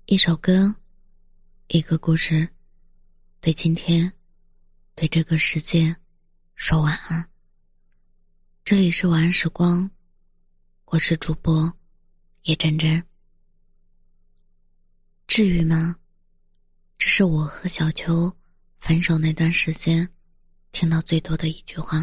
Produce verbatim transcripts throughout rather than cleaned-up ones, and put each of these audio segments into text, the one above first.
一首歌，一个故事，对今天，对这个世界说晚安。这里是晚安时光，我是主播叶真真。至于吗？这是我和小秋分手那段时间听到最多的一句话。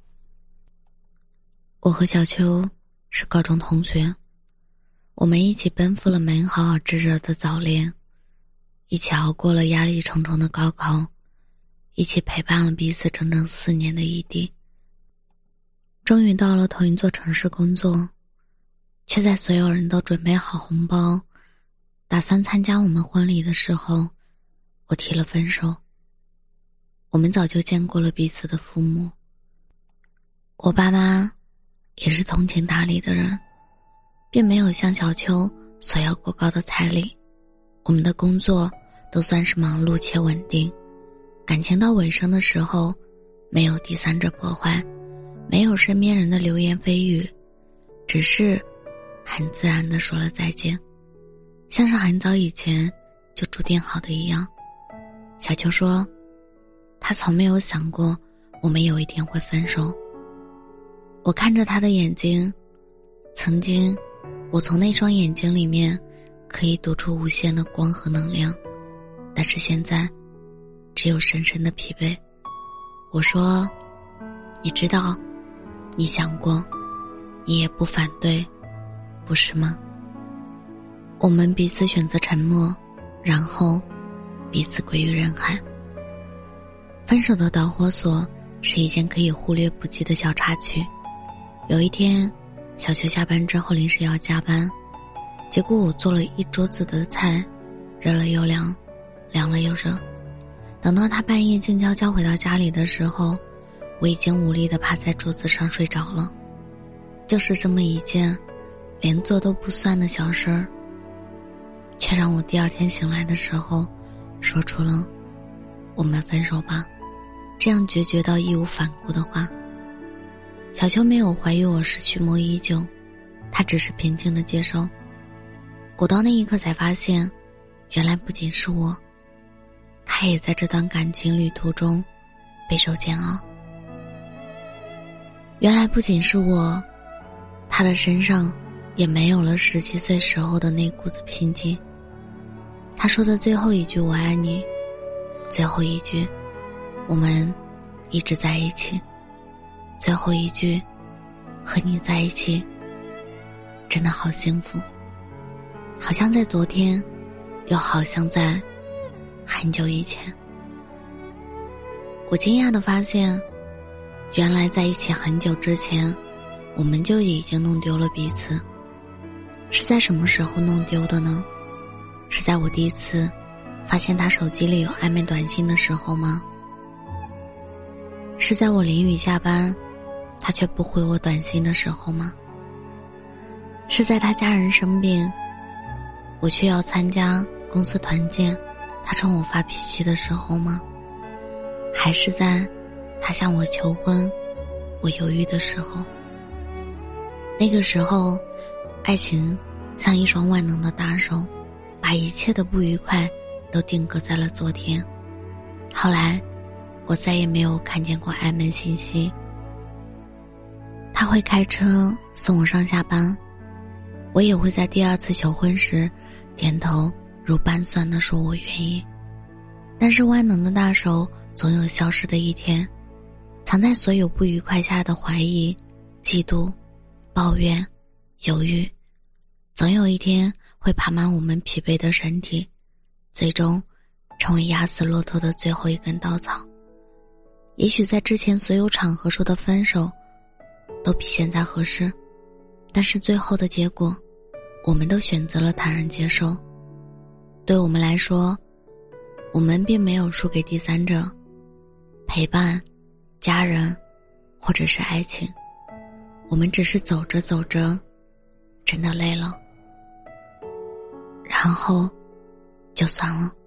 我和小秋是高中同学，我们一起奔赴了美好而炙热的早恋，一起熬过了压力重重的高考，一起陪伴了彼此整整四年的异地。终于到了同一座城市工作，却在所有人都准备好红包，打算参加我们婚礼的时候，我提了分手。我们早就见过了彼此的父母，我爸妈也是通情达理的人，并没有向小秋索要过高的彩礼。我们的工作都算是忙碌且稳定，感情到尾声的时候，没有第三者破坏，没有身边人的流言蜚语，只是很自然地说了再见，像是很早以前就注定好的一样。小秋说，她从没有想过我们有一天会分手。我看着她的眼睛，曾经我从那双眼睛里面可以读出无限的光和能量，但是现在只有深深的疲惫。我说，你知道，你想过，你也不反对，不是吗？我们彼此选择沉默，然后彼此归于人海。分手的导火索是一件可以忽略不计的小插曲。有一天，小秋下班之后临时要加班，结果我做了一桌子的菜，热了又凉，凉了又热。等到他半夜静悄悄回到家里的时候，我已经无力地趴在桌子上睡着了。就是这么一件连做都不算的小事儿，却让我第二天醒来的时候说出了我们分手吧，这样决绝到义无反顾的话。小秋没有怀疑我是蓄谋已久，她只是平静地接受。我到那一刻才发现，原来不仅是我，她也在这段感情旅途中备受煎熬。原来不仅是我，她的身上也没有了十七岁时候的那股子拼劲。她说的最后一句我爱你，最后一句我们一直在一起，最后一句和你在一起真的好幸福，好像在昨天，又好像在很久以前。我惊讶地发现，原来在一起很久之前，我们就已经弄丢了彼此。是在什么时候弄丢的呢？是在我第一次发现他手机里有暧昧短信的时候吗？是在我淋雨下班，他却不回我短信的时候吗？是在他家人生病，我却要参加公司团建，他冲我发脾气的时候吗？还是在他向我求婚，我犹豫的时候？那个时候，爱情像一双万能的大手，把一切的不愉快都定格在了昨天。后来我再也没有看见过暧昧信息。他会开车送我上下班，我也会在第二次求婚时点头如拌蒜地说我愿意。但是万能的大手总有消失的一天，藏在所有不愉快下的怀疑、嫉妒、抱怨、犹豫，总有一天会爬满我们疲惫的身体，最终成为压死骆驼的最后一根稻草。也许在之前所有场合说的分手都比现在合适，但是最后的结果，我们都选择了坦然接受。对我们来说，我们并没有输给第三者，陪伴、家人或者是爱情，我们只是走着走着真的累了，然后就算了。